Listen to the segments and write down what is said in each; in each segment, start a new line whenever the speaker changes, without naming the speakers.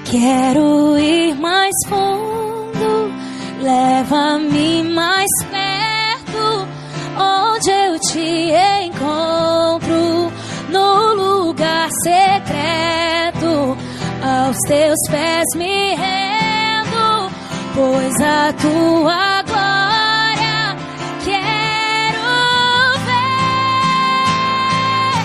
Quero ir mais fundo, leva-me mais perto, onde eu te encontro, no lugar secreto. Aos teus pés me rendo, pois a tua glória quero ver.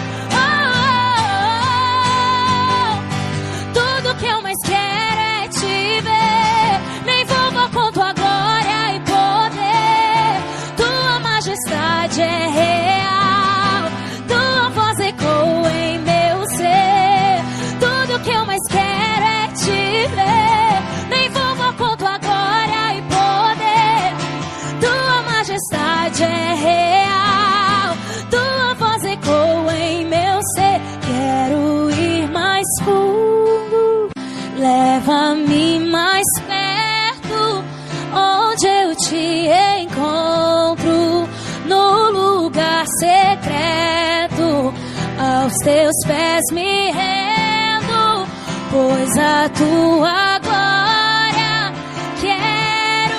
Tudo que eu mais quero é te ver. Me envolva com tua glória e poder. Tua majestade é real, tua voz ecoa em meu ser. Tudo que eu mais quero é te ver. Me envolva com tua glória e poder. Tua majestade é real, tua voz ecoa em meu ser. Quero ir mais fundo, leva-me mais perto, onde eu te encontro, no lugar secreto. Aos teus pés me rendo, pois a tua glória quero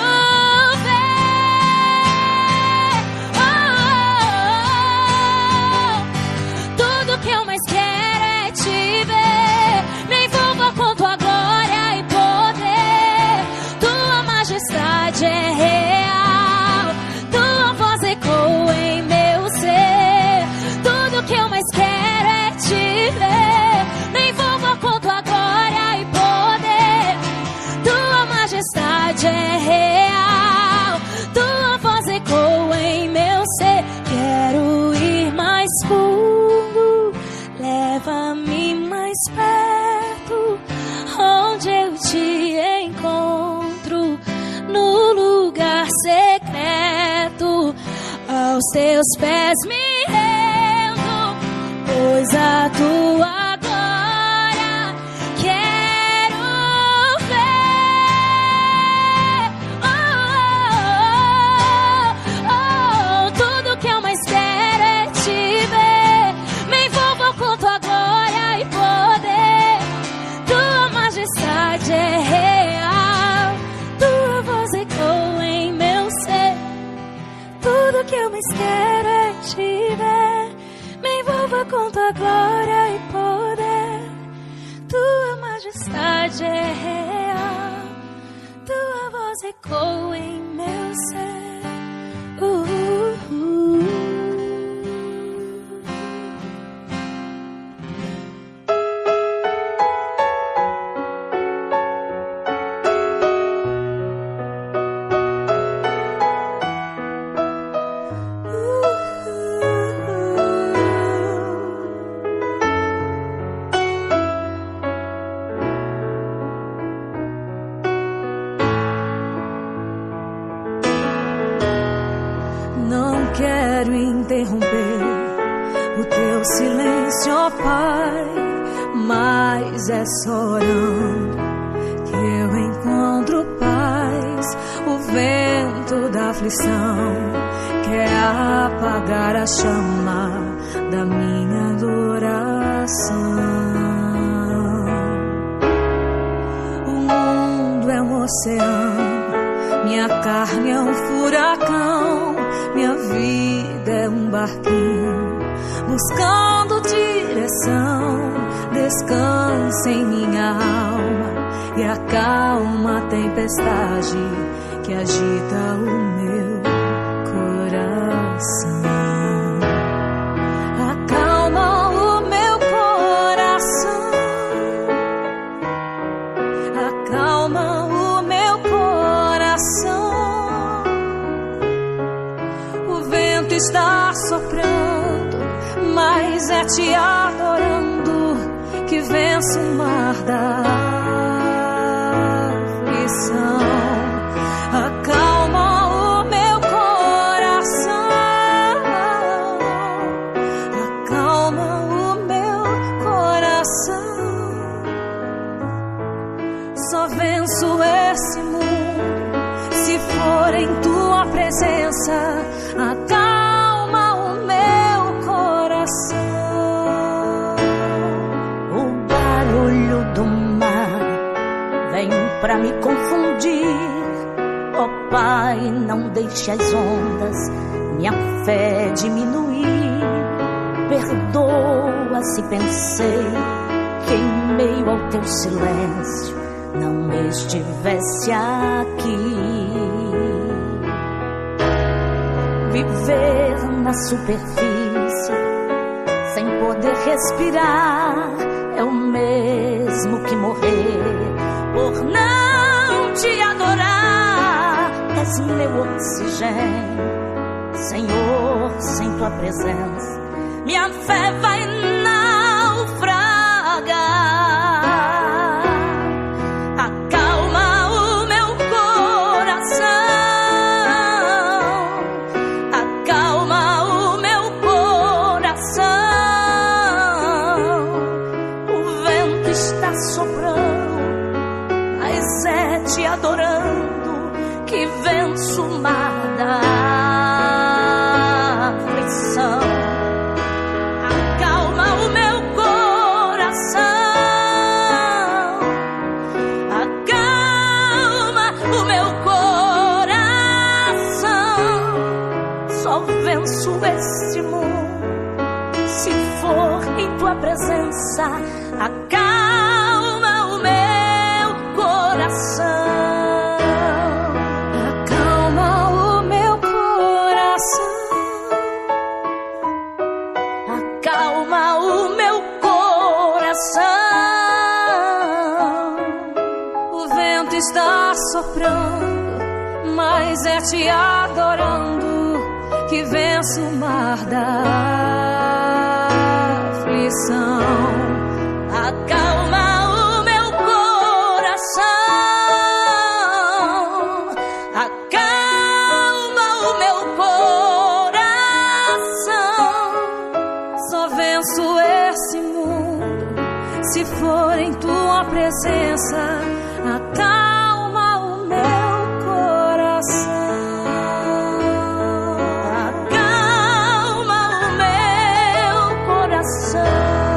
ver. Tudo que eu mais quero é te ver. Me envolva com tua glória e poder. Tua majestade é real, tua voz ecoa em meu ser. Tudo que eu mais quero é te ver. Me envolva com tua glória e poder. Tua majestade é real, tua voz ecoa em meu ser. Quero ir mais fundo, leva-me mais perto, onde eu te encontro, no lugar secreto. Aos teus pés me rendo, pois a tua glória quero ver. Tudo que eu mais quero é te ver. Me envolva com tua glória e poder. Tua majestade é real, tua voz ecoa em meu ser. Tudo que eu mais quero é te ver. Me envolva com tua glória e poder. Tua majestade é real, tua voz ecoa em meu ser.
Não quero interromper o teu silêncio, ó Pai, mas é só orando que eu encontro paz. O vento da aflição quer apagar a chama da minha adoração. O mundo é um oceano, minha carne é um furacão, minha vida é um barquinho buscando direção. Descansa em minha alma e acalma a tempestade que agita o meu coração. Acalma o meu coração, acalma o meu coração. O vento está soprando, mas é te adorando que vence o mar da aflição. Acalma o meu coração, acalma o meu coração. Só venço esse mundo se for em tua presença. Acalma o meu coração. O barulho do mar pra me confundir. Ó Pai, não deixe as ondas minha fé diminuir. Perdoa se pensei que em meio ao teu silêncio não estivesse aqui. Viver na superfície sem poder respirar é o mesmo que morrer por não te adorar. És meu oxigênio, Senhor, sem tua presença minha fé vai naufragar. Acalma o meu coração, acalma o meu coração. O vento está soprando, mas é te adorando que venço o mar da aflição. Acalma o meu coração, acalma o meu coração. Só venço este mundo se for em tua presença. Acalma o meu coração. Acalma o meu coração. O vento está soprando, mas é te adorando que venço o mar da aflição. Acalma o meu coração, acalma o meu coração. Só venço esse mundo se for em tua presença. Acalma o meu coração, acalma o meu coração.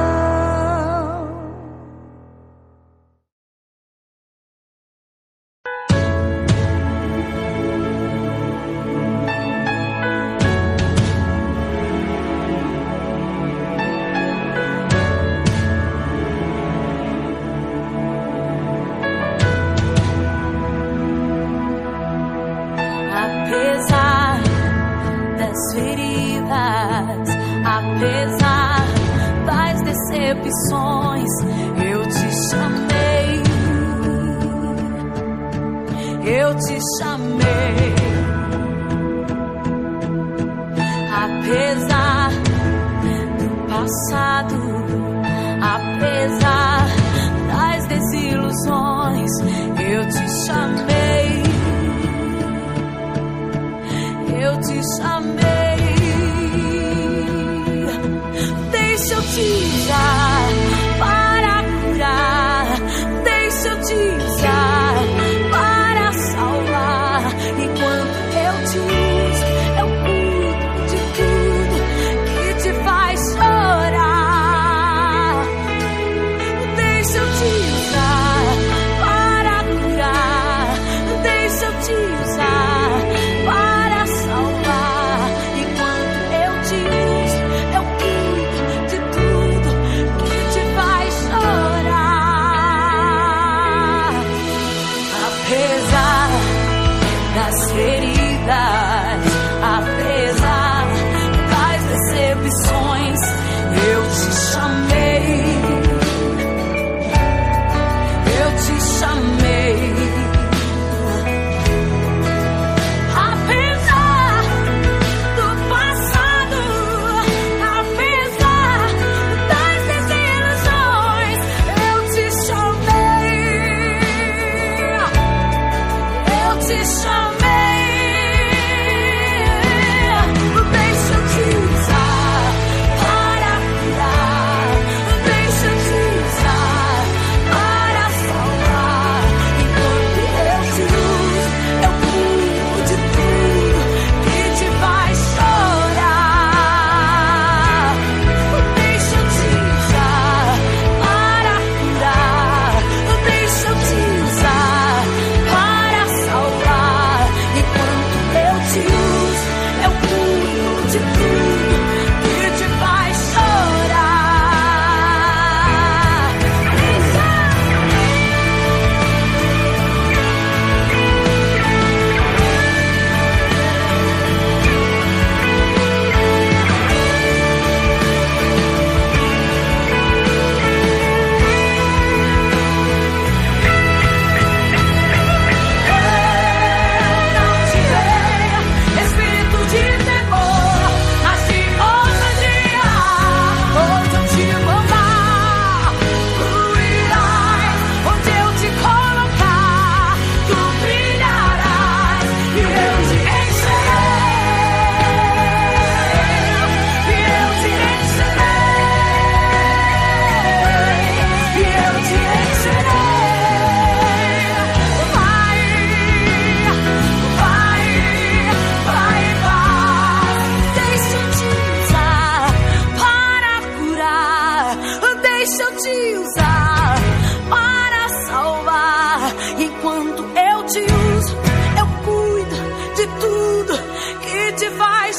Apesar das feridas, apesar das decepções, eu te chamei, eu te chamei. Apesar do passado, apesar das desilusões, eu te chamei, eu te chamei. Deixa eu te usar para curar, deixa eu te usar para salvar. Enquanto eu te uso, eu cuido de tudo que te faz chorar. Deixa eu te usar para curar, deixa eu te usar para salvar. Enquanto eu te uso, eu cuido de tudo que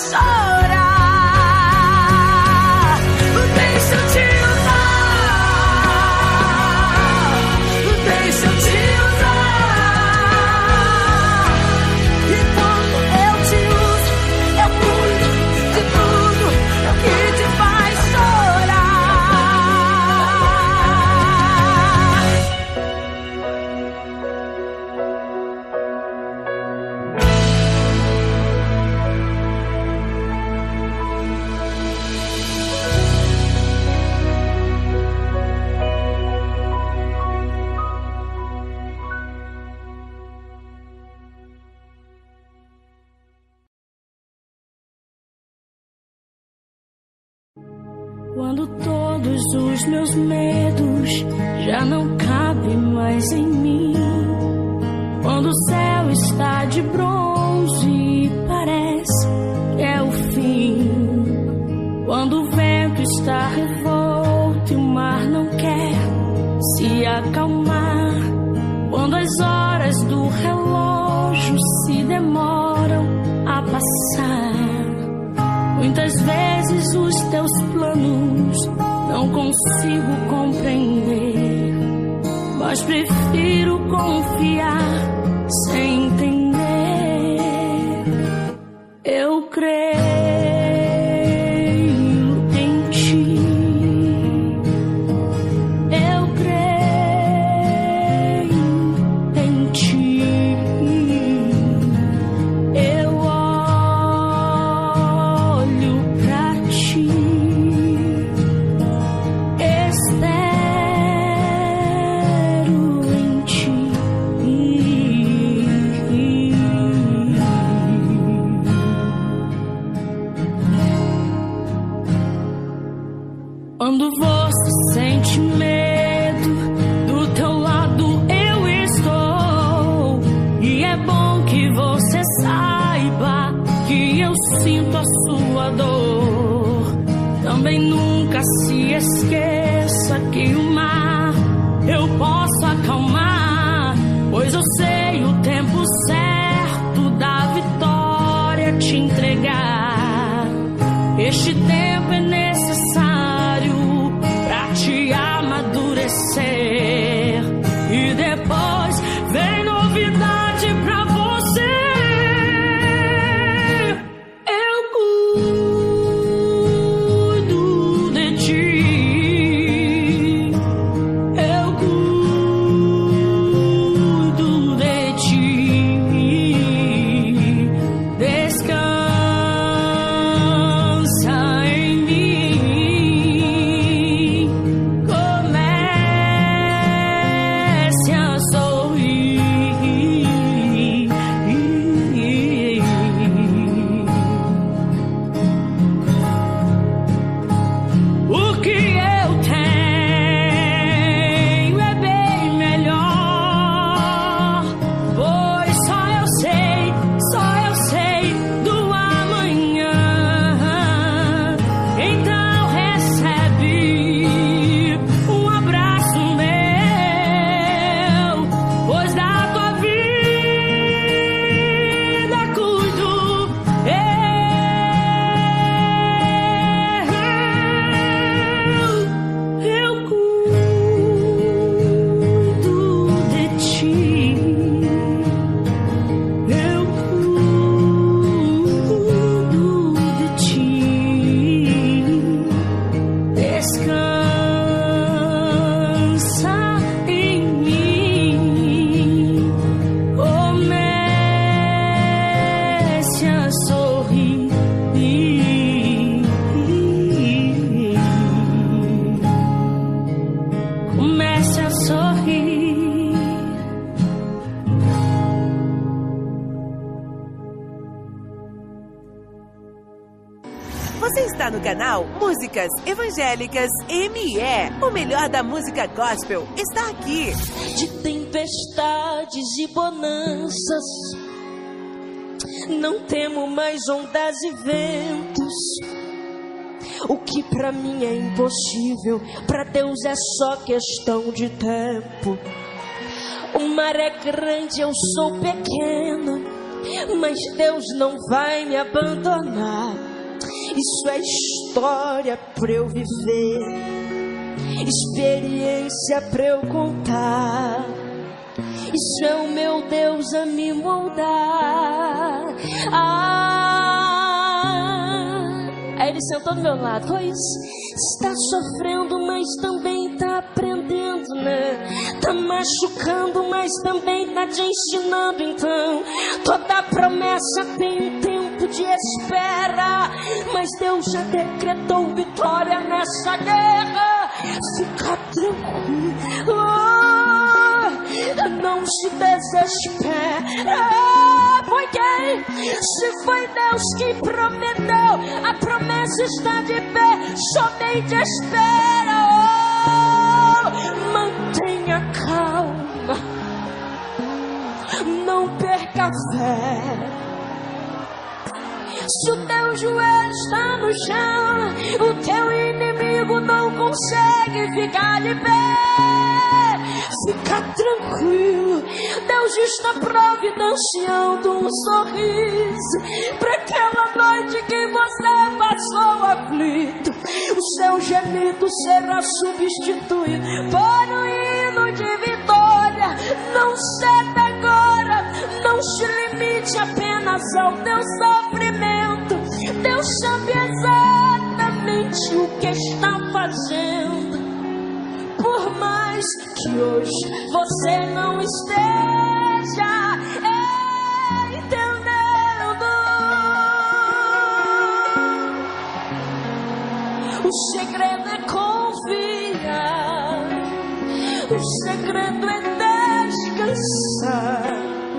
chorar. Deixa eu te usar, deixa eu te usar. E quando eu te uso, eu cuido de tudo que te faz chorar.
Quando todos os meus medos já não cabem mais em mim, quando o céu está de bronze e parece que é o fim, quando o vento está revolto e o mar não quer se acalmar, quando as horas do relógio se demoram a passar, muitas vezes os teus planos não consigo compreender, mas prefiro confiar sem entender. Eu creio em ti, eu creio em ti, eu olho pra ti, espero em ti. Quando você sente medo, do teu lado eu estou. E é bom que você saiba que eu sinto a sua dor. Também nunca se esqueça que o mar eu posso acalmar, pois eu sei o tempo certo da vitória te entregar. Este tempo é necessário pra te amadurecer, e depois vem novidade pra você. Eu cuido de ti, eu cuido de ti. Descansa em mim, comece a sorrir. O que eu tenho é bem melhor, pois só eu sei do amanhã. Então recebe um abraço meu, pois da tua vida cuido eu cuido de ti, eu cuido de ti. Descansa em mim, comece a sorrir. Comece a sorrir.
Você está no canal Músicas Evangélicas ME. O melhor da música gospel está aqui.
De tempestades e bonanças, não temo mais ondas e ventos. O que pra mim é impossível, pra Deus é só questão de tempo. O mar é grande, eu sou pequena, mas Deus não vai me abandonar. Isso é história pra eu viver, experiência pra eu contar. Isso é o meu Deus a me moldar. Aí ele sentou do meu lado. Pois está sofrendo, mas também está aprendendo, né? Tá machucando, mas também tá te ensinando. Então toda promessa tem um tempo de espera, mas Deus já decretou vitória nessa guerra. Fica tranquilo, não se desespera. Foi quem? Se foi Deus que prometeu, a promessa está de pé, somente espera. Mantenha calma, não perca a fé. Se o teu joelho está no chão, o teu inimigo não consegue ficar de pé. Fica tranquilo, Deus está providenciando um sorriso para aquela noite que você passou aflito. O seu gemido será substituído por um hino de vitória. Não ceda agora, não se limite apenas ao teu sofrimento. Deus sabe exatamente o que está fazendo. Por mais que hoje você não esteja entendendo, o segredo é confiar, o segredo é descansar.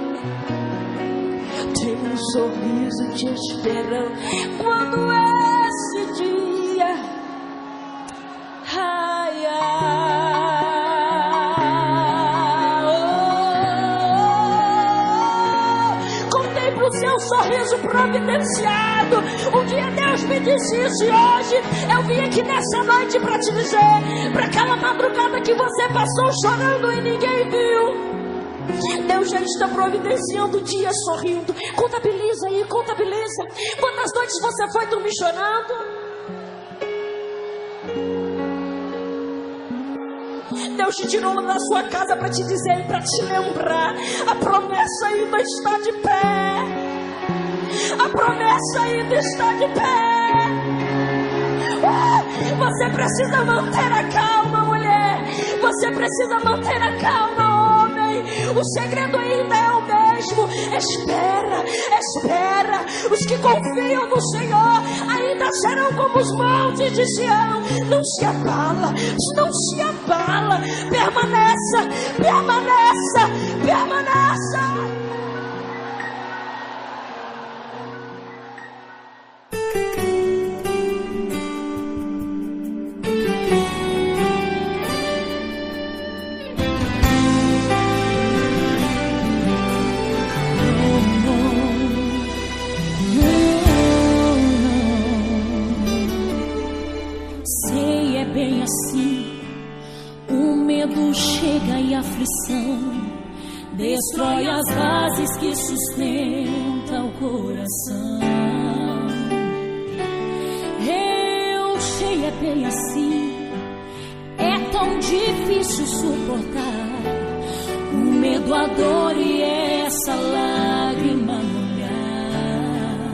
Tem um sorriso te esperando quando esse dia raiar. Seu sorriso providenciado. Um dia Deus me disse isso e hoje eu vim aqui nessa noite para te dizer, para aquela madrugada que você passou chorando e ninguém viu, Deus já está providenciando o dia sorrindo. Contabiliza aí, contabiliza. Quantas noites você foi dormir chorando? Deus te tirou da sua casa para te dizer, para te lembrar, a promessa ainda está de pé. A promessa ainda está de pé. Você precisa manter a calma, mulher. Você precisa manter a calma, homem. O segredo ainda é o mesmo. Espera, espera. Os que confiam no Senhor ainda serão como os montes de Sião. Não se abala, não se abala. Permaneça, permaneça, permaneça.
Destrói as bases que sustentam o coração. Eu sei, é bem assim. É tão difícil suportar o medo, a dor e essa lágrima molhar.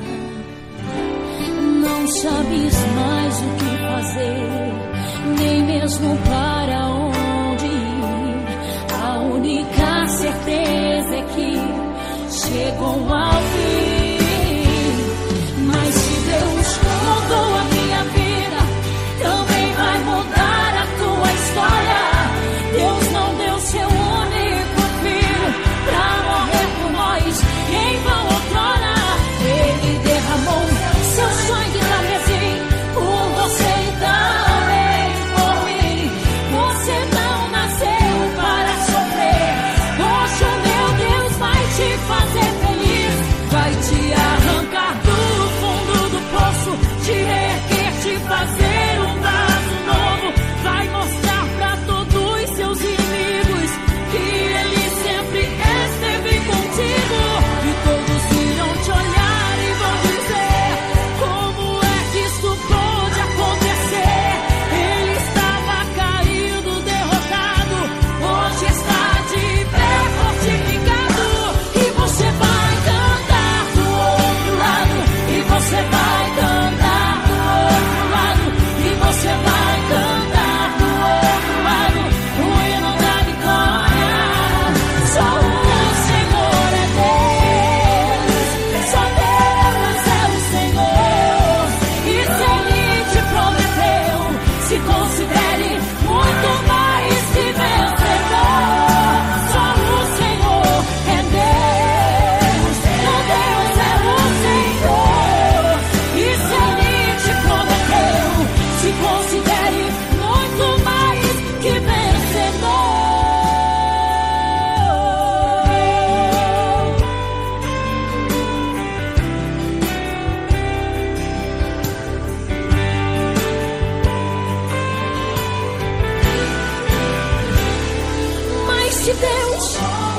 Não sabes mais o que fazer, nem mesmo para onde ir. A única certeza é que chegou ao fim. Mas se Deus mudou a minha vida, também vai mudar a tua história. Deus não deu seu único filho pra morrer por nós em vão outrora. Ele derramou seu sangue na mesa por você e também por mim. Você não nasceu para sofrer. Hoje o meu Deus vai te fazer feliz. Vai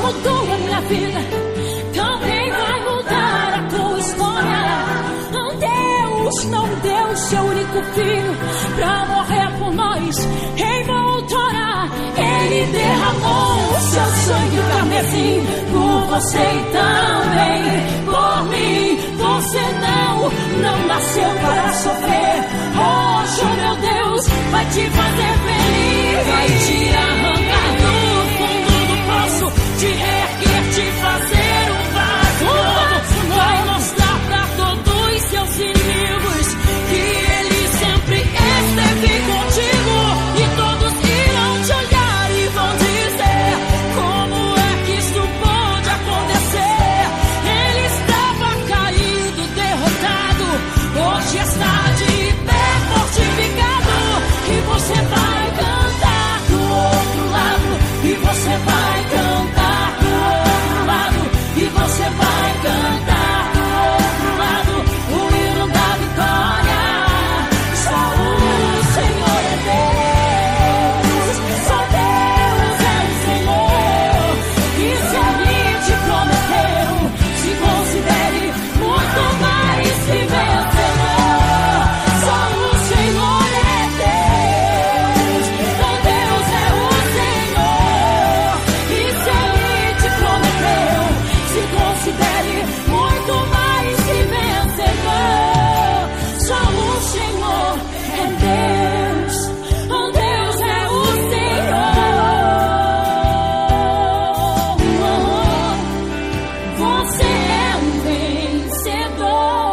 mudou a minha vida, também vai mudar a tua história. Deus não deu seu único filho pra morrer por nós em outrora. Ele derramou seu sangue carmesim por você e também por mim. Você não nasceu para sofrer. Hoje, oh meu Deus, vai te fazer feliz. Vai te arrancar do fundo do poço, te reerguer, te fazer um vaso novo. Vai mostrar pra todos seus inimigos que Ele sempre esteve contigo. E todos irão te olhar e vão dizer: como é que isso pode acontecer? Ele estava caído, derrotado, hoje está de pé, fortificado. E você vai cantar do outro lado, e você vai cantar do outro lado, e você vai cantar do outro lado o hino da vitória. Só o Senhor é Deus, só Deus é o Senhor. E se Ele te prometeu, se considere muito mais que vencedor. Só o Senhor é Deus, só Deus é o Senhor. E se Ele te prometeu, se considere muito mais que vencedor. Só o Senhor é Deus, oh Deus é o Senhor. Você é um vencedor,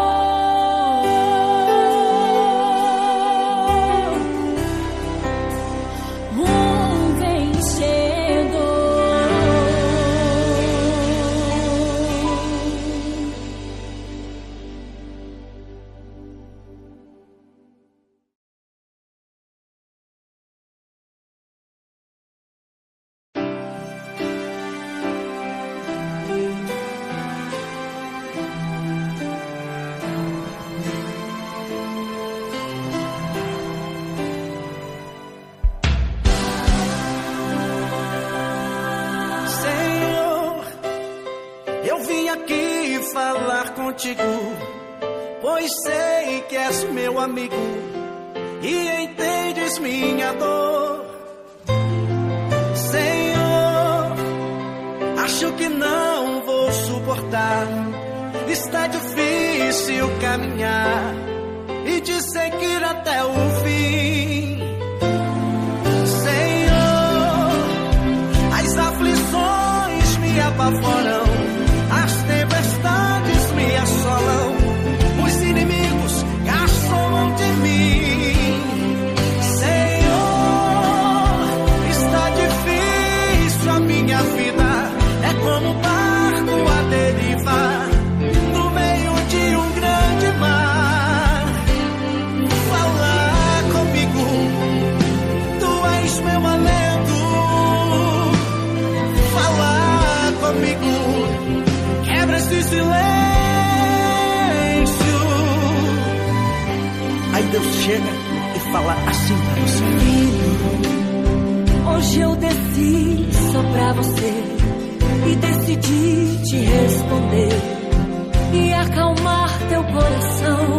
um vencedor.
Senhor, eu vim aqui falar contigo, pois sei que és meu amigo e entendes minha dor. Senhor, acho que não vou suportar, está difícil caminhar e de seguir até o fim. Senhor, as aflições me apavoram, as tempestades me assolam, os inimigos caçam de mim. Senhor, está difícil a minha vida, é como um barco à deriva no meio de um grande mar. Fala comigo, tu és meu alento. Fala comigo, quebra esse silêncio. Aí Deus chega e fala assim pra você:
Filho, hoje eu desci só pra você e decidi te responder e acalmar teu coração.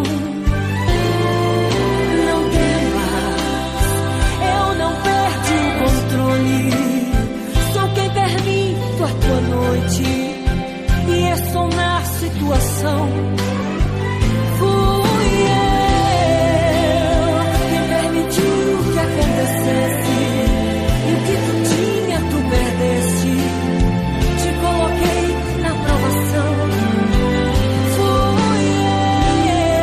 Não temas, eu não perdi o controle, sou quem permito a tua noite e estou na situação. Fui eu quem permitiu que acontecesse, e o que tu tinha tu perdeste, te coloquei na provação. Fui eu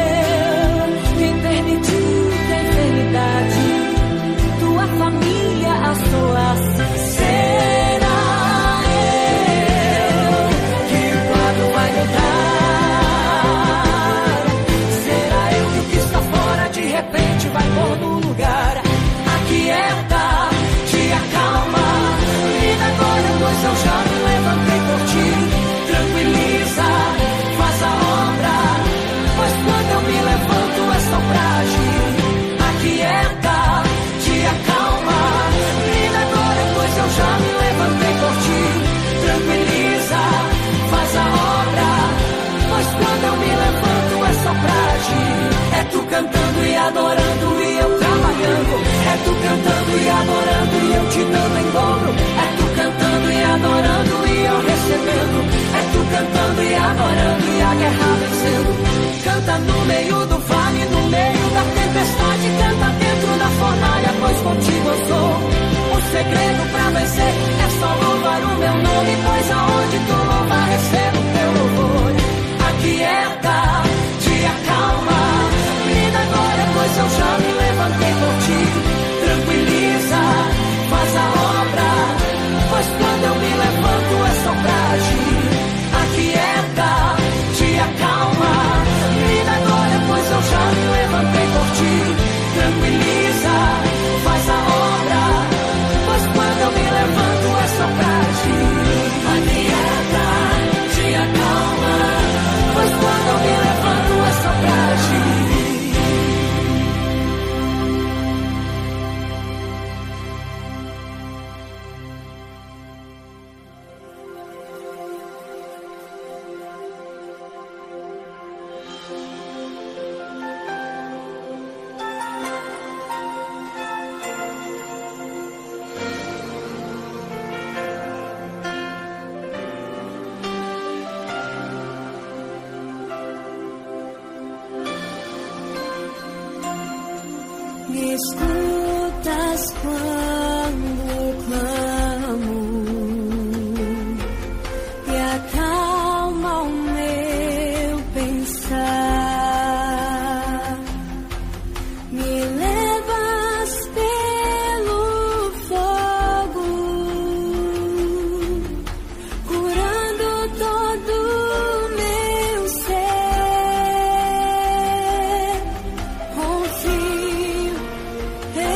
e adorando e eu te dando em dobro. É tu cantando e adorando e eu recebendo. É tu cantando e adorando e a guerra vencendo. Canta no meio do vale, no meio da tempestade. Canta dentro da fornalha, pois contigo eu sou. O segredo pra vencer é só louvar o meu nome, pois aonde tu louvar recebo teu louvor. Aquieta, te acalma, me dá glória, pois eu já me levantei por ti. Tranquiliza, faz a obra, pois quando eu me levanto é só pra agir. Aquieta, te acalma, me dá glória, pois eu já me levantei por ti. Tranquiliza, faz a obra, pois quando eu me levanto é só pra agir. Aquieta, te acalma, pois quando eu me levanto é só pra agir.
Me escutas quando clamo e acalma o meu pensar. Me levas pelo fogo, curando todo o meu ser. Confio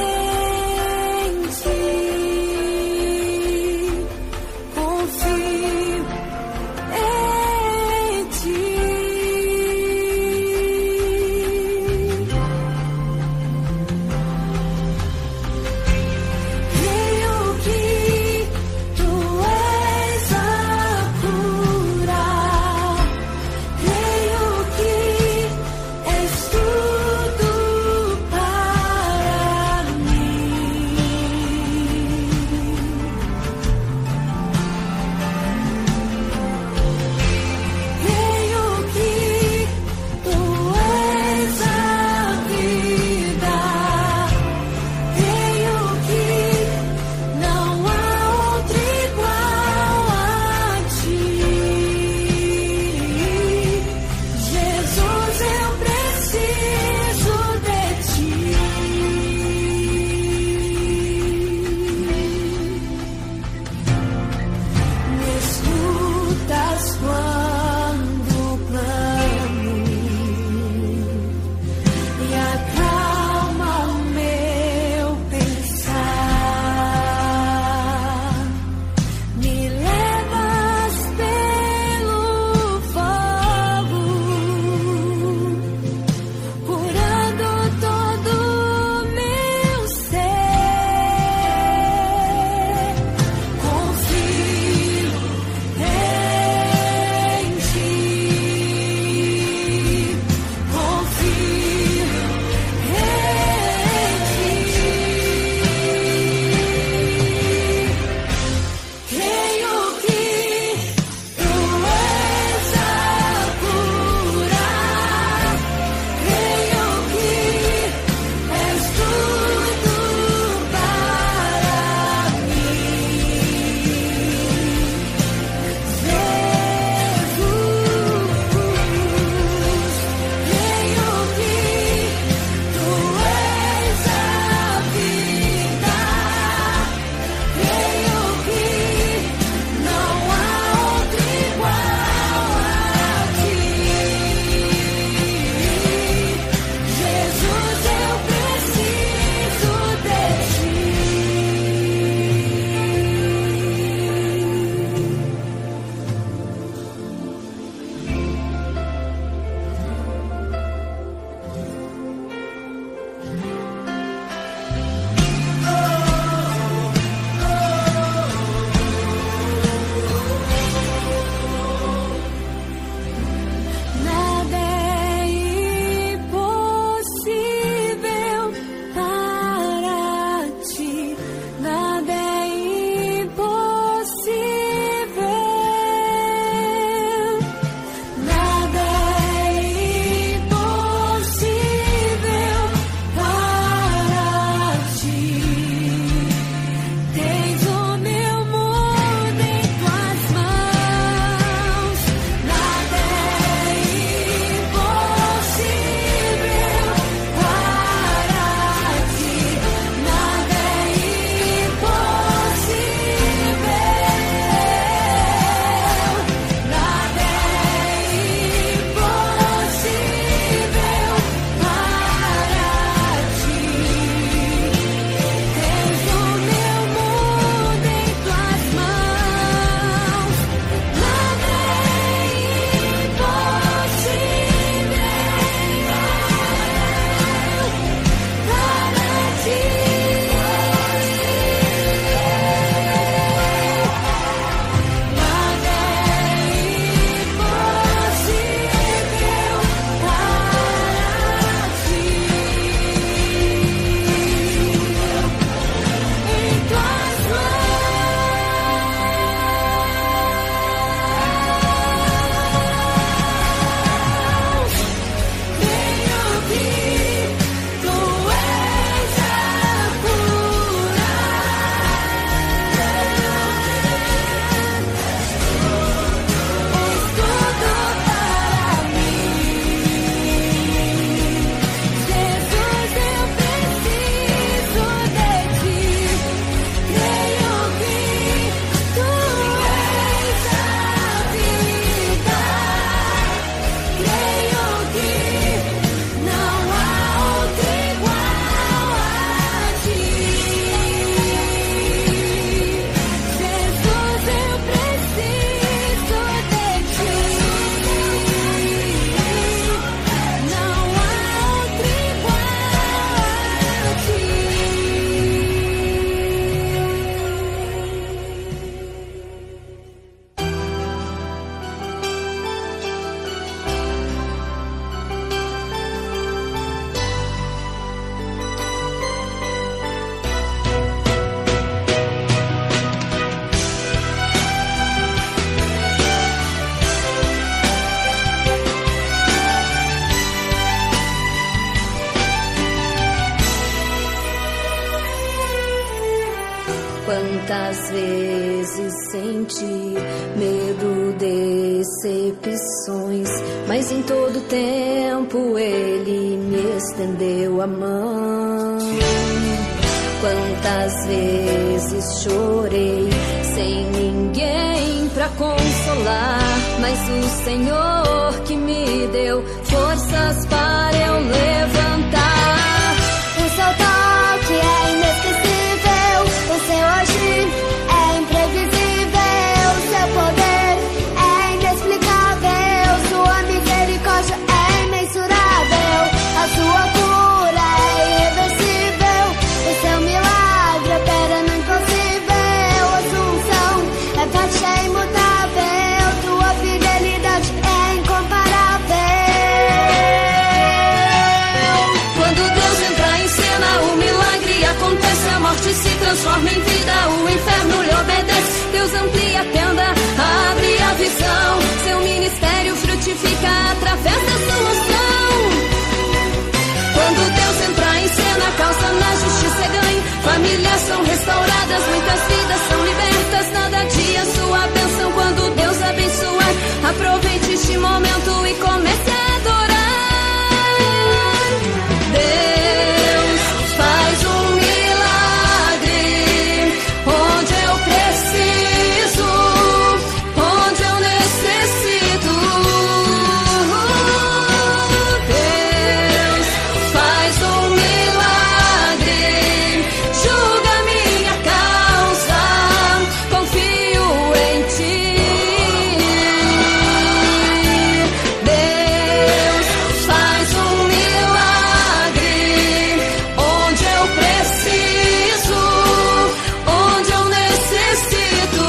Quantas vezes senti medo, decepções, mas em todo tempo Ele me estendeu a mão. Quantas vezes chorei sem ninguém pra consolar, mas o Senhor que me deu forças para eu levantar.
O seu toque é inesquecível, o seu agir é imprevisível, o seu poder é inexplicável, sua misericórdia é imensurável, a sua cura é irreversível, o seu milagre opera no impossível, a sua unção é forte, é imutável, tua fidelidade é incomparável.
Quando Deus entra em cena, o milagre acontece, a morte se transforma em vida, o inferno lhe obedece. Deus amplia a tenda, abre a visão, seu ministério frutifica através da sua unção. Quando Deus entra em cena, causa na justiça é ganho, famílias são restauradas, muitas vidas são libertas, nada adia sua bênção. Quando Deus abençoar, aproveite este momento e comece a adorar. Deus faz um milagre onde eu preciso, onde eu necessito. Deus faz um milagre, julga minha causa, confio em ti. Deus faz um milagre onde eu preciso, onde eu necessito.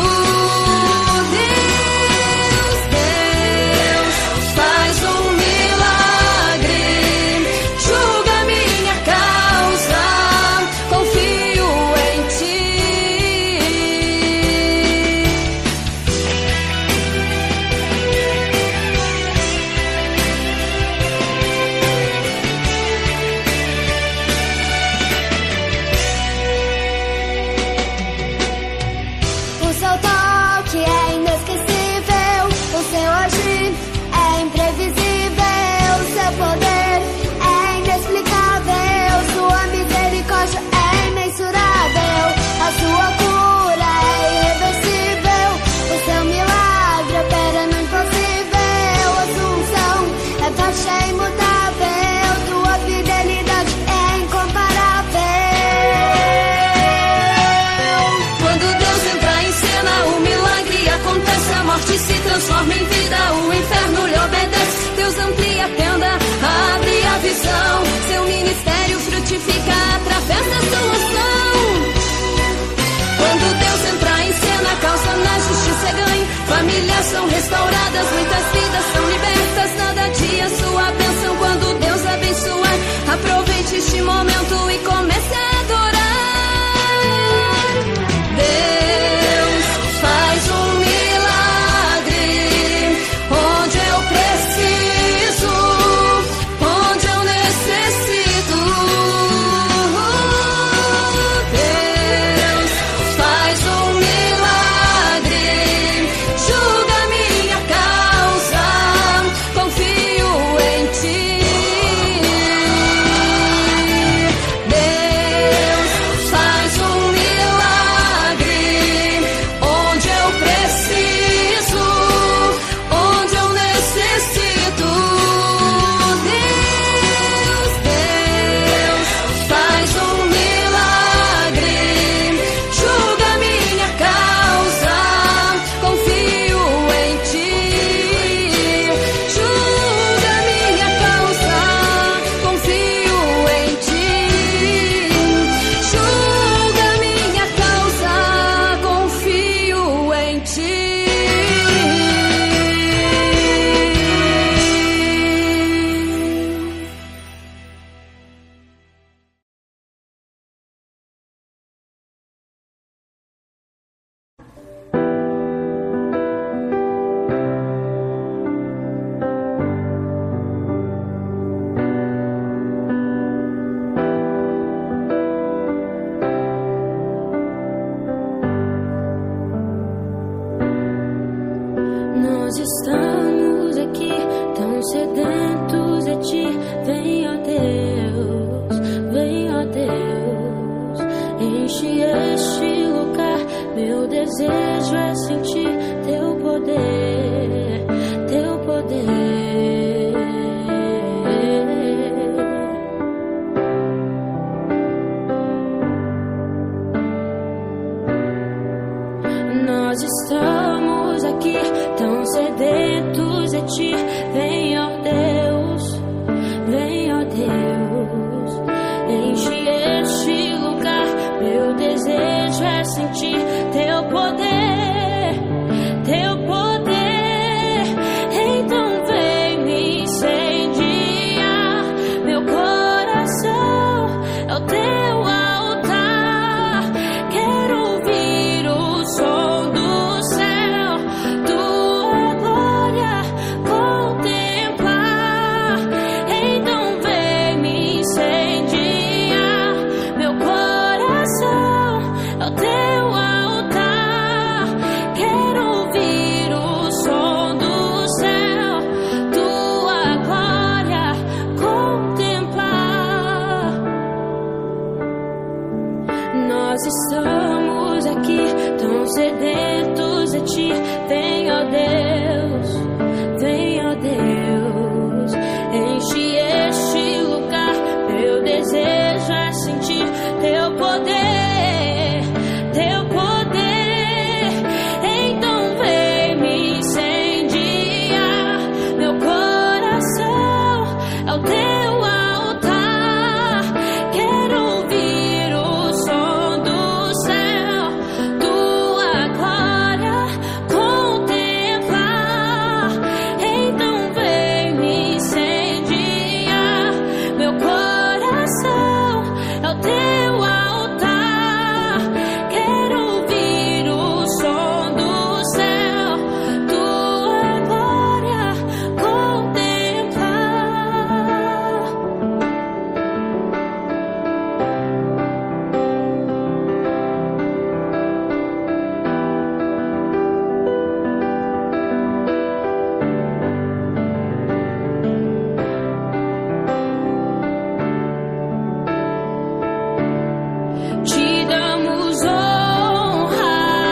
Deus faz um milagre, julga minha causa, confio em ti.
O seu toque é inesquecível, o seu agir é imprevisível, o seu poder é inexplicável, sua misericórdia é imensurável, a sua cura é irreversível, o seu milagre opera no impossível, a sua unção é forte, é imutável, tua fidelidade é incomparável.
Quando Deus entra em cena, o milagre acontece, a morte se transforma em vida, o inferno lhe obedece. Deus amplia a tenda, abre a visão, seu ministério frutifica através da sua unção. Quando Deus entra em cena, causa na justiça é ganho, famílias são restauradas, muitas vidas são libertas, nada adia sua bênção. Quando Deus abençoar, aproveite este momento e comece a adorar. Deus faz um milagre onde eu preciso, onde eu necessito. Deus faz um milagre, julga minha causa, sedentos de ti. Vem, ó Deus, vem, ó Deus, enche este lugar. Meu desejo é sentir teu poder, teu poder. Nós estamos aqui tão sedentos de ti. Vem, ó Deus, vem, ó Deus, enche este lugar. Meu desejo é sentir teu poder, teu poder. Então vem me incendiar. Meu coração é o teu altar. Quero ouvir o som do céu, tua glória contemplar. Então vem me incendiar. Meu coração é o teu altar. Quero ouvir o som do céu, tua glória contemplar. Nós estamos aqui tão sedentos de ti. Vem, ó Deus, vem, ó Deus, enche este lugar. Meu desejo é sentir teu poder, teu poder. Então vem me incendiar. Meu coração é o teu altar. Quero ouvir o som do céu, tua glória contemplar. Então vem me incendiar. Meu coração é o teu altar. Quero ouvir o som do céu, tua glória contemplar. Te damos honra,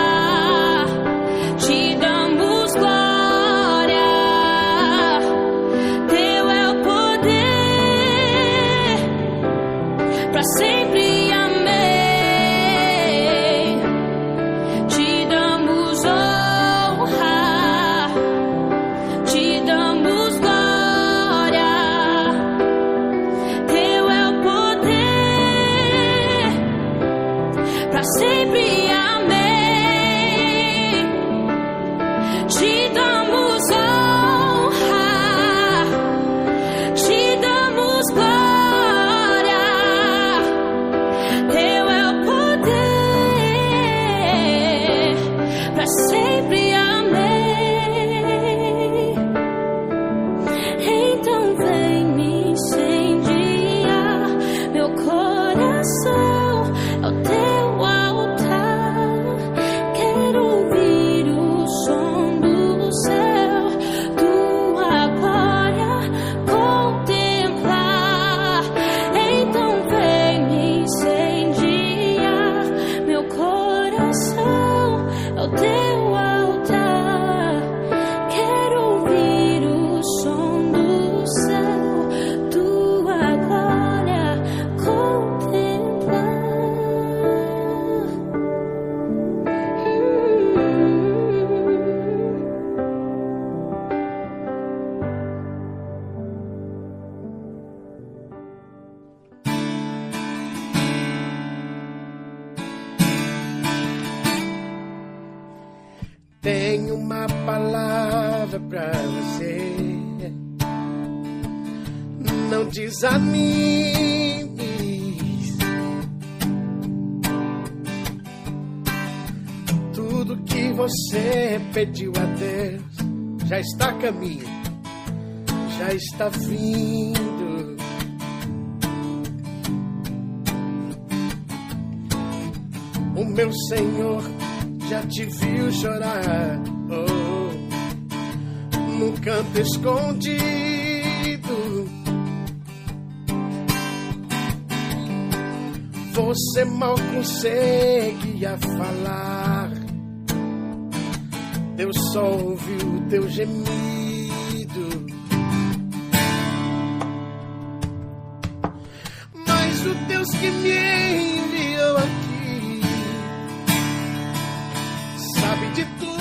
te damos glória. Teu é o poder, pra sempre, amém. Te damos honra, te damos glória. Teu é o poder, pra sempre, amém. Te damos honra, te damos glória. Teu é o poder, pra sempre, amém. Então vem me incendiar. Meu coração é o teu altar. Quero ouvir o som do céu, tua glória contemplar. Então vem me incendiar. Meu coração é o teu altar. Quero ouvir o som do céu, tua glória contemplar.
Tenho uma palavra pra você. Não desanimes. Tudo que você pediu a Deus já está a caminho, já está vindo. O meu Senhor já te viu chorar, oh, num canto escondido. Você mal conseguia falar, Deus só ouviu teu gemido. Mas o Deus que me enviou aqui sabe de tudo.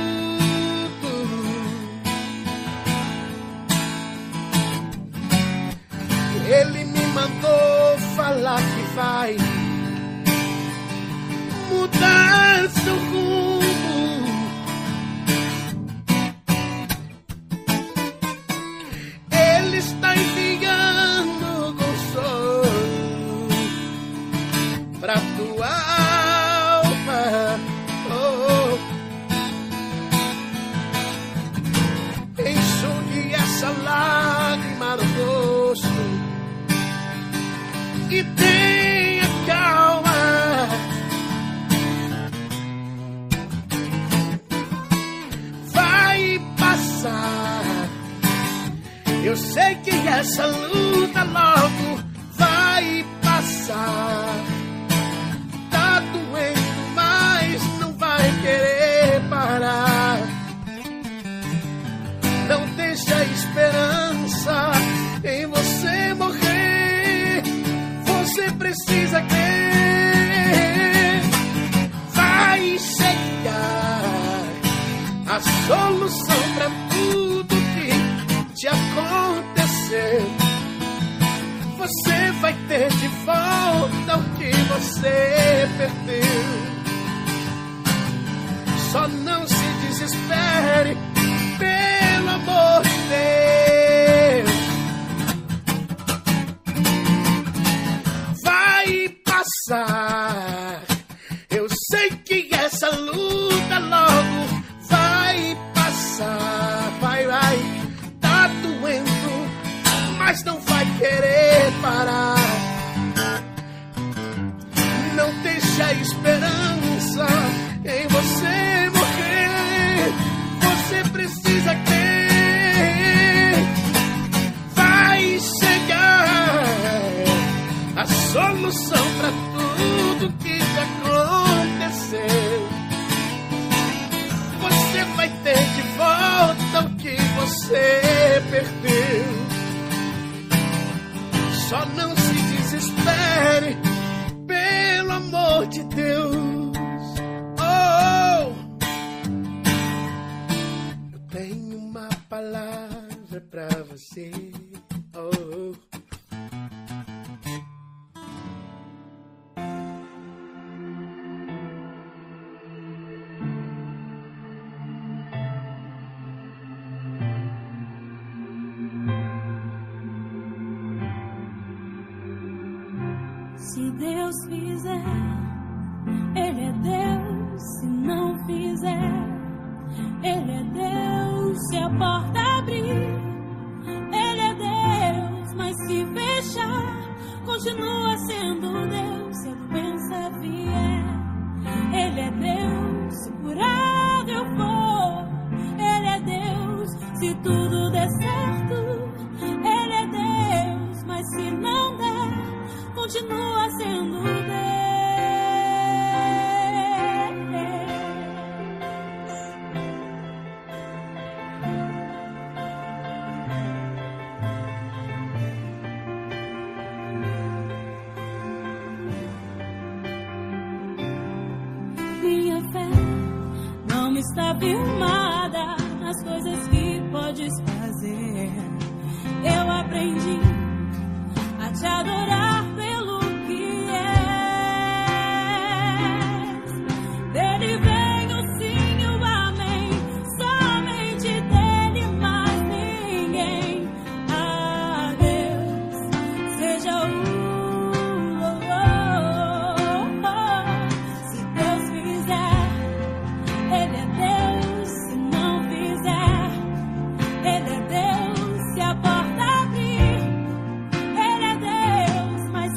Ele me mandou falar que vai mudar seu rumo. Ele está enviando consolo pra tua alma. Oh. Enxugue essa lágrima no rosto e tenha calma. Vai passar. Eu sei que essa luta logo vai passar. Tá doendo, mas não vai querer parar. Não deixa a esperança em você morrer. Você precisa crer. Vai chegar a solução pra tudo que te acontecer. Você vai ter de volta o que você perdeu. Só não se desespere, pelo amor de Deus. Vai passar. Eu sei que essa luta logo vai passar. Vai, tá doendo, mas não vai querer parar. Não deixa a esperança em você morrer. Você precisa crer. Vai chegar a solução pra tudo que te aconteceu. Você vai ter de volta o que você perdeu. Só não se desespere, pelo amor de Deus. Oh, eu tenho uma palavra pra você. Oh.
Se Deus fizer, Ele é Deus. Se não fizer, Ele é Deus. Se a porta abrir, Ele é Deus. Mas se fechar, continua sendo Deus. Se a doença vier, Ele é Deus. Se curado eu for, Ele é Deus. Se tudo der certo, Ele é Deus. Mas se não der, continua sendo Deus. Minha fé não está firmada nas coisas que podes fazer. Eu aprendi a te adorar pelo que és. Dele vem o sim e o amém, somente dele, mais ninguém. Ah, Deus, seja o Se Deus fizer, Ele é Deus. Se não fizer, Ele é Deus. Se a porta abrir, Ele é Deus. Mas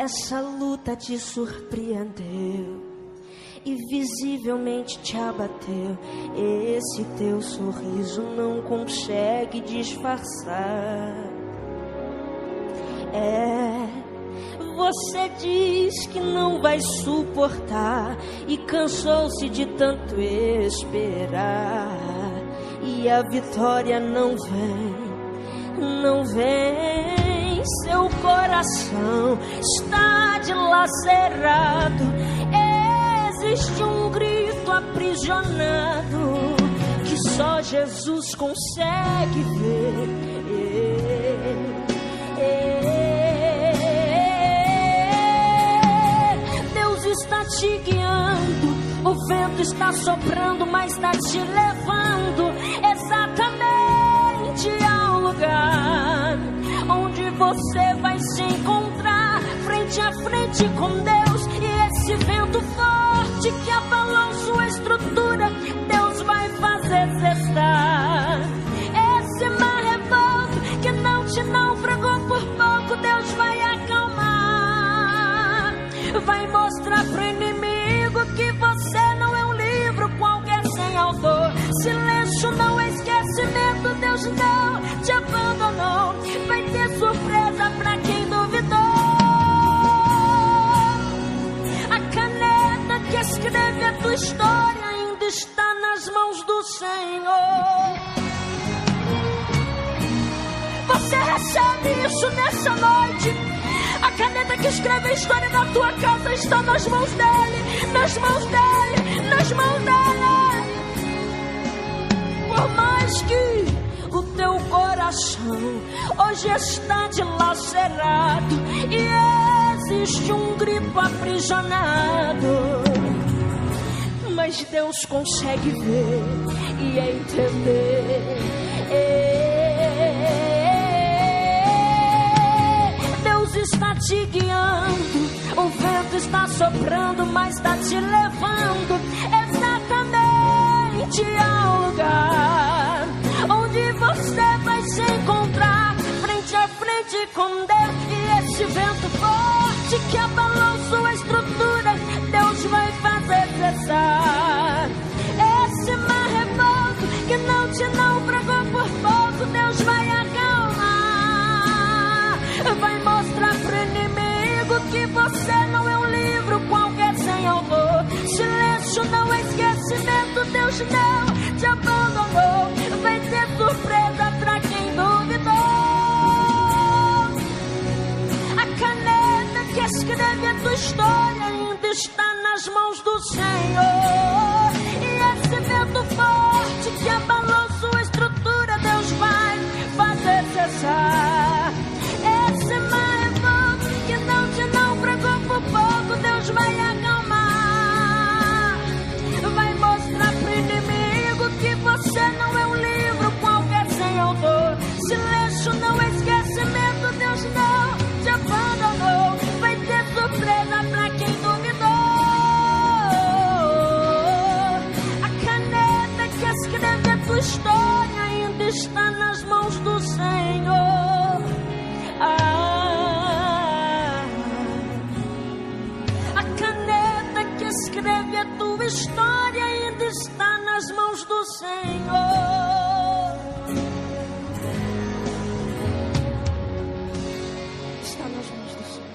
Essa luta te surpreendeu e visivelmente te abateu. Esse teu sorriso não consegue disfarçar. Você diz que não vai suportar e cansou-se de tanto esperar. E a vitória não vem. Seu coração está dilacerado. Existe um grito aprisionado que só Jesus consegue ver. Deus está te guiando, o vento está soprando, mas está te levando exatamente ao lugar onde você vai se encontrar frente a frente com Deus. E esse vento forte que abalou sua estrutura, Deus vai fazer cessar. Esse mar revolto que não te naufragou por pouco, Deus vai acalmar. Vai mostrar pro inimigo que você não é um livro qualquer sem autor. Silêncio não é esquecimento, Deus não te abandonou. Vai ter surpresa pra quem duvidou. A caneta que escreve a tua história ainda está nas mãos do Senhor. Você recebe isso nessa noite. A caneta que escreve a história da tua casa está nas mãos dele, nas mãos dele, nas mãos dele. Por mais que o teu coração hoje está dilacerado e existe um grito aprisionado, mas Deus consegue ver e entender. Deus está te guiando, o vento está soprando, mas está te levando exatamente ao lugar onde você vai se encontrar frente a frente com Deus. E esse vento forte que abalou sua estrutura, Deus vai fazer cessar. Esse mar revolto que não te naufragou por pouco, Deus vai acalmar. Vai mostrar pro inimigo que você não é um livro qualquer sem autor. Silêncio não é esquecimento, Deus não te abandonou. Vai ter surpresa pra quem duvidou. A caneta que escreve a tua história ainda está nas mãos do Senhor. E esse vento forte que abalou sua estrutura, Deus vai fazer cessar. Esse mar revolto que não te naufragou por pouco, Deus vai acalmar. Vai mostrar pro inimigo que você não é um livro qualquer sem autor. Silêncio não é esquecimento, Deus não te abandonou. Vai ter surpresa pra quem duvidou. A caneta que escreve a tua história ainda está nas mãos do Senhor. A caneta que escreve a tua história ainda está nas mãos do Senhor. Está nas mãos do Senhor.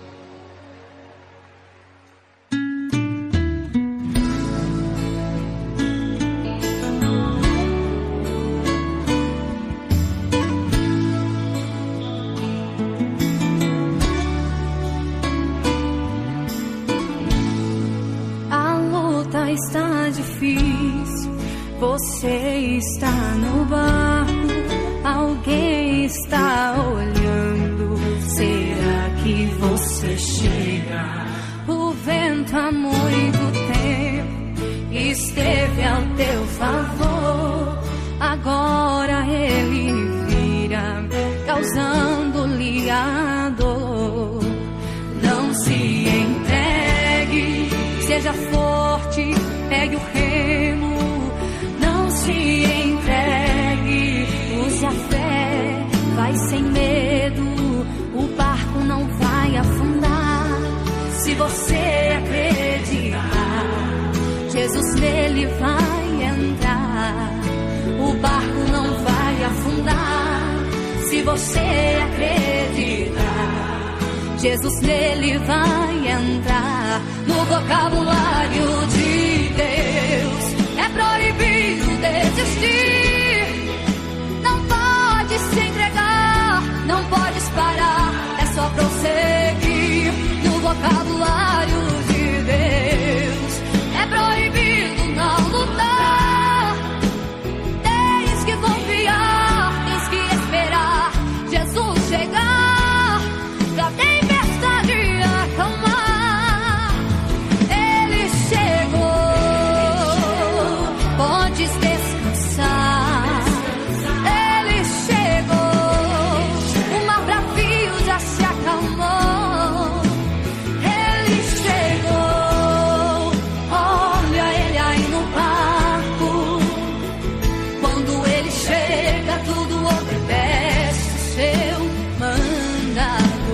Está difícil, você está no barco, alguém está olhando. Será que você chega? O vento há muito tempo esteve ao teu favor, agora ele vira, causando-lhe a dor. Não se entregue, seja forte, pegue o remo, não se entregue, use a fé, vai sem medo, o barco não vai afundar.
Se você acreditar, Jesus nele vai entrar. O barco não vai afundar. Se você acreditar, Jesus nele vai entrar. No vocabulário de Deus é proibido desistir. Não pode se entregar, não pode parar, é só prosseguir. No vocabulário de Deus é proibido não lutar. Tens que confiar, tens que esperar Jesus chegar pra tempestade acalmar. Ele chegou, podes descansar. Ele chegou, o mar bravio já se acalmou. Ele chegou, olha ele aí no barco. Quando ele chega, tudo obedece o seu mandado.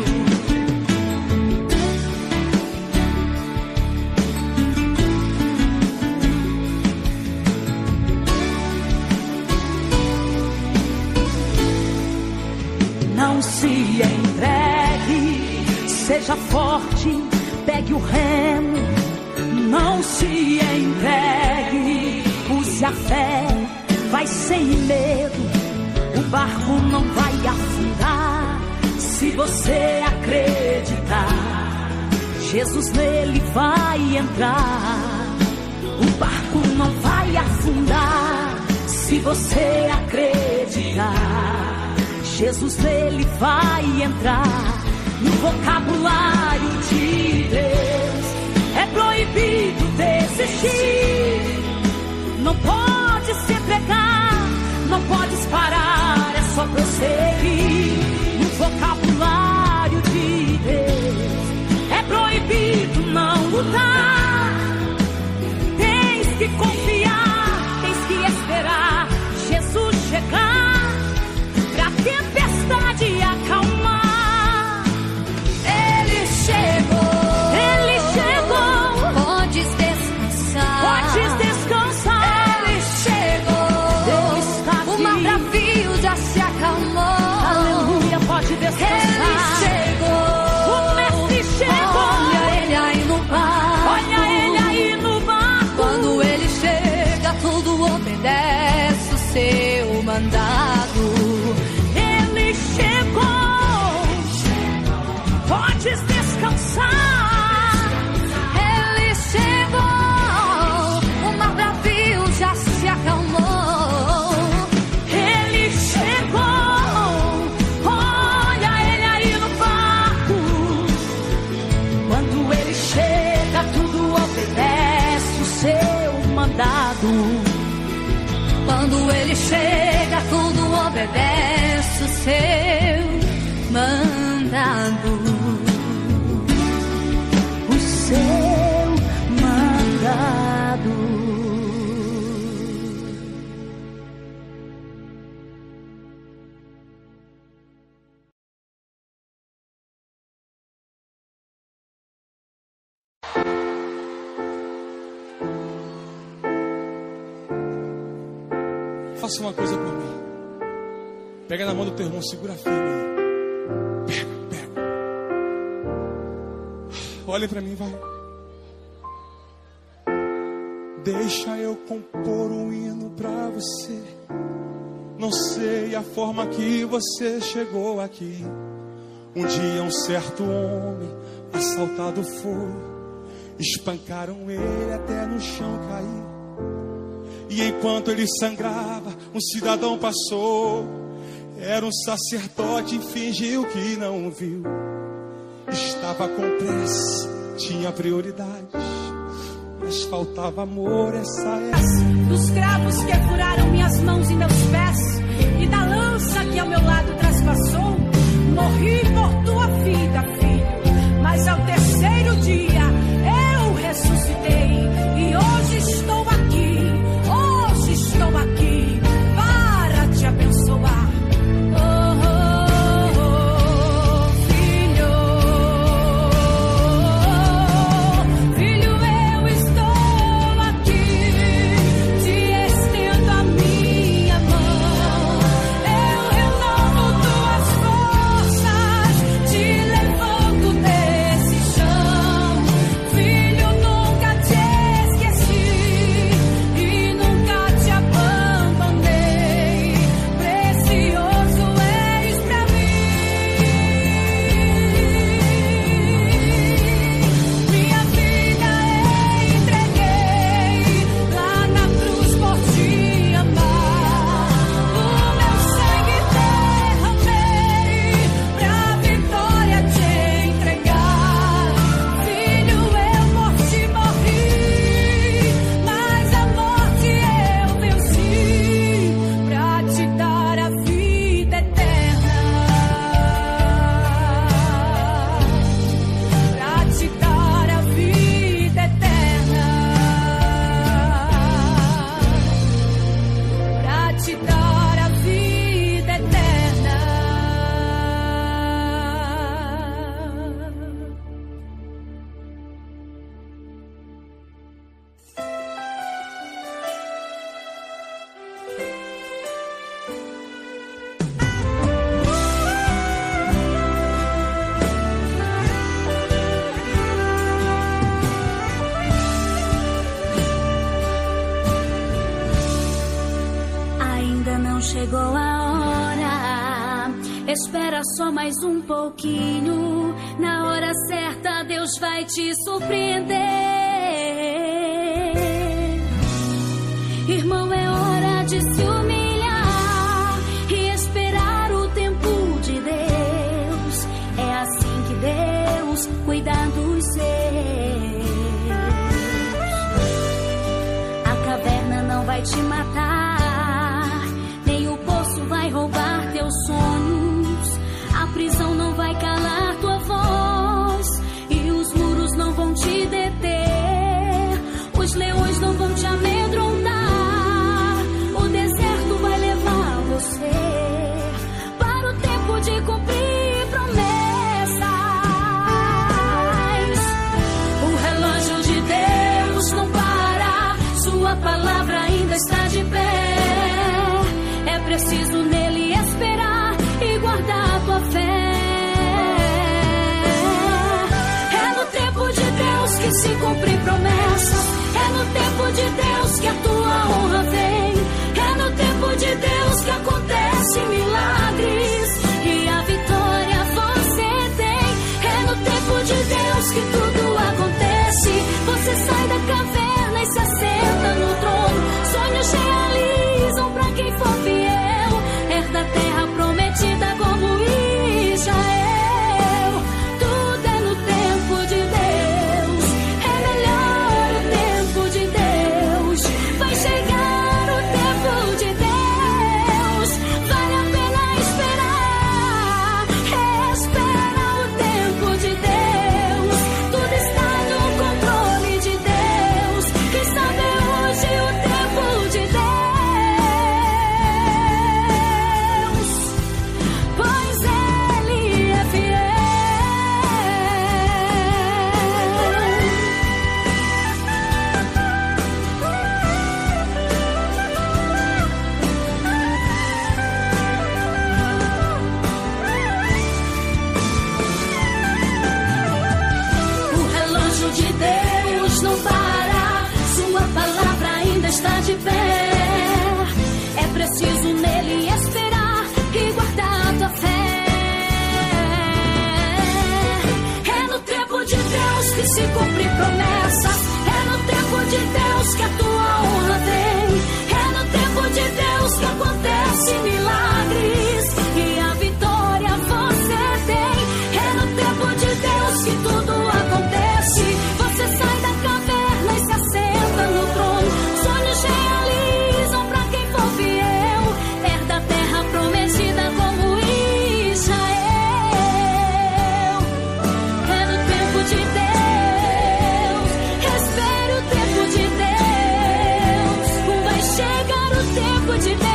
Não se entregue, seja forte, pegue o remo. Não se entregue, use a fé, vai sem medo. O barco não vai afundar. Se você acreditar, Jesus nele vai entrar. O barco não vai afundar. Se você acreditar, Jesus nele vai entrar. No vocabulário de Deus é proibido desistir. Não pode se entregar, não pode parar, é só prosseguir. No vocabulário de Deus é proibido não lutar. Tens que confiar, tens que esperar Jesus chegar pra tempestade acalmar. Ele chegou, ele chegou, podes descansar, podes descansar. Ele chegou, ele está aqui. O mar bravio já se acalmou. Aleluia, pode descansar. Ele chegou, o mestre chegou. Olha ele aí no barco, olha ele aí no barco. Quando ele chega, tudo obedece o seu mandado. Ele chegou, podes descansar. Ele chegou, o mar bravio já se acalmou. Ele chegou, olha ele aí no barco. Quando ele chega, tudo obedece o seu mandado. Quando ele chega, tudo obedece o seu mandado. O seu mandado.
Faça uma coisa por mim. Pega na mão do teu irmão, segura firme. Pega. Olha pra mim, vai. Deixa eu compor um hino pra você. Não sei a forma que você chegou aqui. Um dia um certo homem assaltado foi. Espancaram ele até no chão cair. E enquanto ele sangrava, um cidadão passou. Era um sacerdote e fingiu que não viu. Estava com pressa, tinha prioridades, mas faltava amor, essa é.
Dos cravos que furaram minhas mãos e meus pés, e da lança que ao meu lado traspassou, morri por tua vida, filho. Mas ao terceiro dia eu ressuscitei, e hoje estou aqui para te abençoar. Oh, filho,
Espera só mais um pouquinho. Na hora certa Deus vai te surpreender. Irmão, é hora de se humilhar e esperar o tempo de Deus. É assim que Deus cuida dos seus. A caverna não vai te matar, nem o poço vai roubar teus sonhos. A prisão não vai calar tua voz e os muros não vão te deter. Os leões não vão te amedrontar. O deserto vai levar você para o tempo de cumprir promessas. O relógio de Deus não para, sua palavra ainda está de pé. É preciso nele esperar e guardar tua fé. É no tempo de Deus que se cumpre promessas. É no tempo de Deus que a tua honra vem. É no tempo de Deus que acontece milagres e a vitória você tem. É no tempo de Deus que tudo acontece. Você sai da caverna e se assenta no trono. Sonhos realizam pra quem for fiel. Herda a terra prometida como Israel. Tudo é no tempo de Deus. É melhor o tempo de Deus. Vai chegar o tempo de Deus. Vale a pena esperar. Espera o tempo de Deus. Tudo está no controle de Deus. Quem sabe hoje o tempo de Deus. Pois Ele é fiel. O relógio de Deus não para, sua palavra ainda está de pé. É preciso nele esperar e guardar tua fé. É no tempo de Deus que se cumpre promessas. É no tempo de Deus que a tua honra vem. É no tempo de Deus que acontece milagres e a vitória você tem. É no tempo de Deus que tudo acontece. Você sai da caverna e se assenta no trono. Sonhos realizam pra quem for fiel. Herda a terra prometida como Israel. É no tempo de Deus. Espere o tempo de Deus. Vai chegar o tempo de Deus.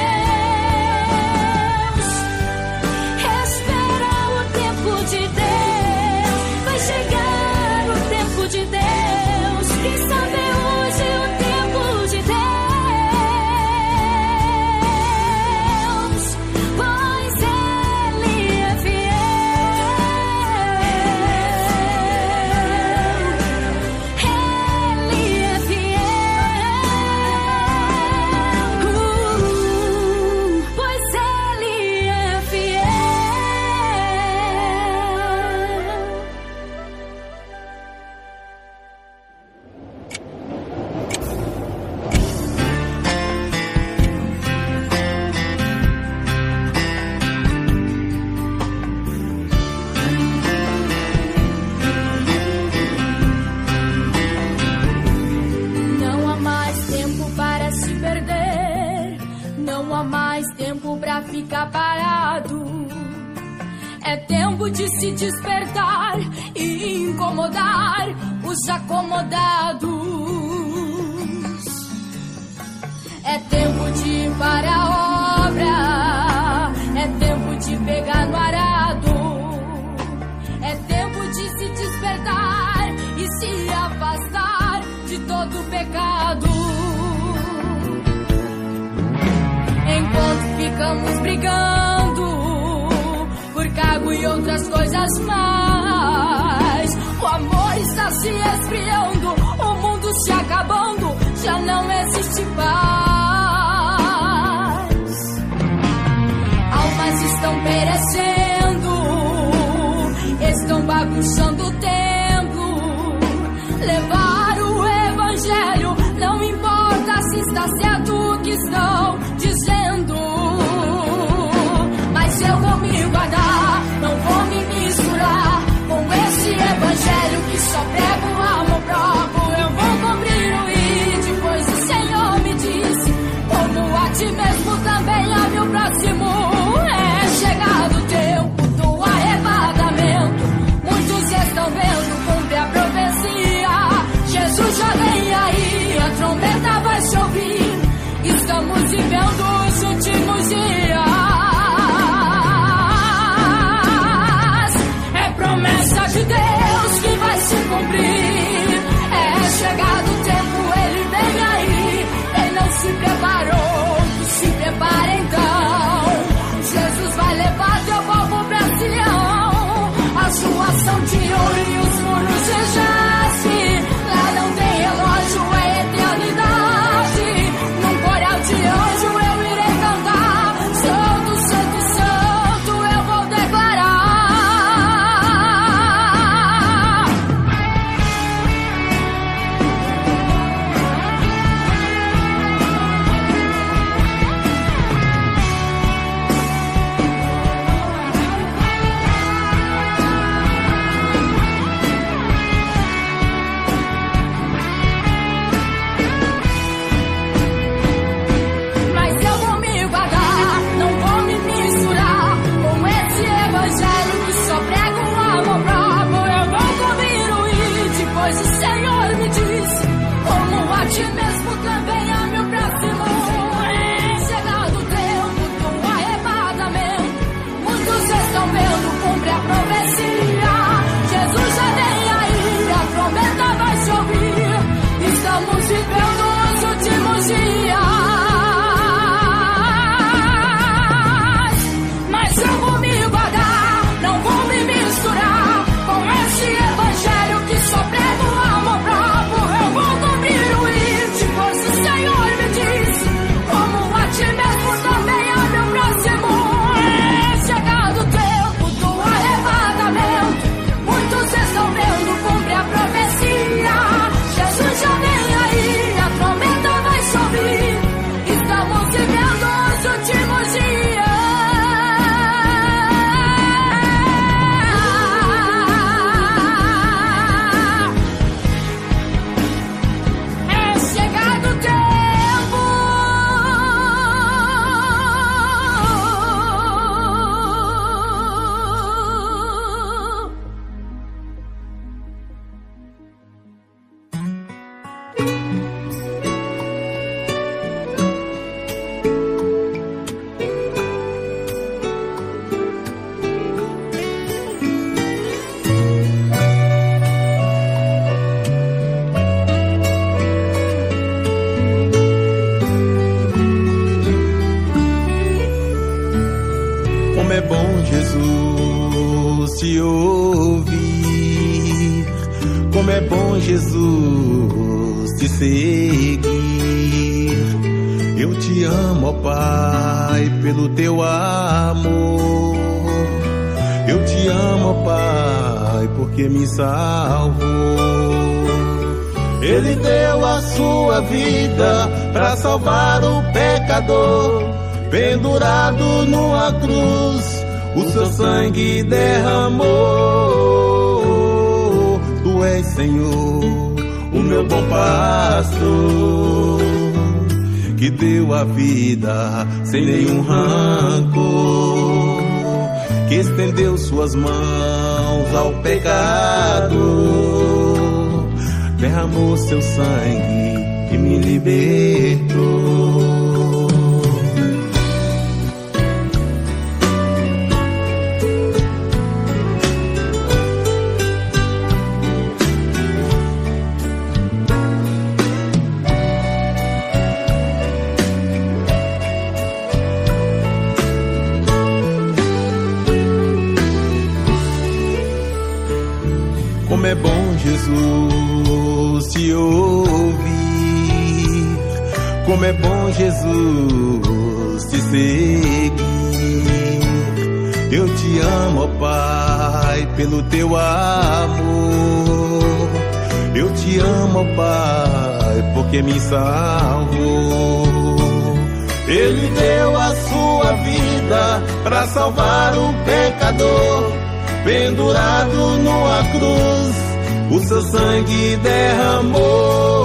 Espera o tempo de Deus. Vai chegar o tempo de Deus. Quem sabe hoje o tempo de Deus. Pois Ele é fiel. Ele é fiel. Pois Ele é fiel.
Não há mais tempo para se perder. Não há mais tempo para ficar parado. É tempo de se despertar e incomodar os acomodados. É tempo de ir para a obra. É tempo de pegar no arado. É tempo de se despertar e se afastar de todo pecado. Enquanto ficamos brigando por cargo e outras coisas mais, o amor está se esfriando, o mundo se acabando, já não existe paz. Almas estão
perecendo, estão bagunçando o templo. Levar o evangelho, não importa se está certo o que estão dizendo. Mas eu vou me guardar, não vou me misturar com esse evangelho que só prega o amor próprio. Eu vou cumprir o ide, pois o Senhor me disse: como a ti mesmo também ame o próximo. É chegado o tempo do arrebatamento, muitos estão vendo, cumpre a profecia. Jesus já vem aí, a trombeta vai se ouvir. Estamos vivendo os últimos dias. É promessa de Deus que vai se cumprir. É chegado o tempo, ele vem aí. Quem não se preparou, se prepara então. Jesus vai levar teu povo pra Sião. A sua ação de ouro e os muros de jaspe. Lá não tem relógio, é eternidade. Num coral de anjo eu irei cantar. Santo, santo, santo eu vou declarar. Mas eu vou me guardar, não vou me misturar com esse evangelho que só prega o amor próprio. Eu vou cumprir o ide, pois o Senhor me disse: como a ti mesmo também ame o próximo. É chegado o tempo do arrebatamento, muitos estão vendo, cumpre a profecia. Jesus já vem aí, a trombeta vai se ouvir. Estamos vivendo os últimos dias. Mas eu vou me guardar, não vou me misturar com esse evangelho que só prega o amor próprio. Eu vou cumprir o ide, pois o Senhor me disse: como a ti mesmo também ame o próximo. É chegado o tempo do arrebatamento, muitos estão vendo, cumpre a profecia. Jesus já vem aí, a trombeta vai se ouvir. Estamos vivendo os últimos dias. É chegado o tempo.
Como é bom, Jesus, te ouvir. Como é bom, Jesus, te seguir. Eu te amo, ó Pai, pelo teu amor. Eu te amo, ó Pai, porque me salvou. Ele deu a sua vida pra salvar o pecador. Pendurado numa cruz, o seu sangue derramou. Tu és, Senhor, o meu bom pastor, que deu a vida sem nenhum rancor, que estendeu suas mãos ao pecado, derramou seu sangue e me libertou. Como é bom, Jesus, te ouvir. Como é bom, Jesus, te seguir. Eu te amo, ó Pai, pelo teu amor. Eu te amo, ó Pai, porque me salvou. Ele deu a sua vida para salvar o pecador, pendurado numa cruz, o seu sangue derramou.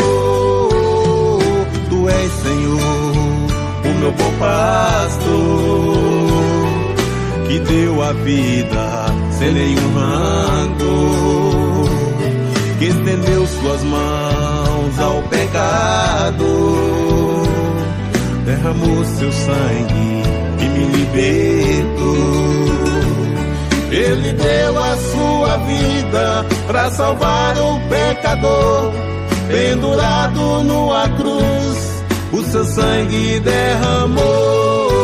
Tu és, Senhor, o meu bom pastor, que deu a vida sem nenhum rancor, que estendeu suas mãos ao pecado, derramou seu sangue e me libertou. Ele deu a sua vida para salvar o pecador, pendurado numa cruz, o seu sangue derramou.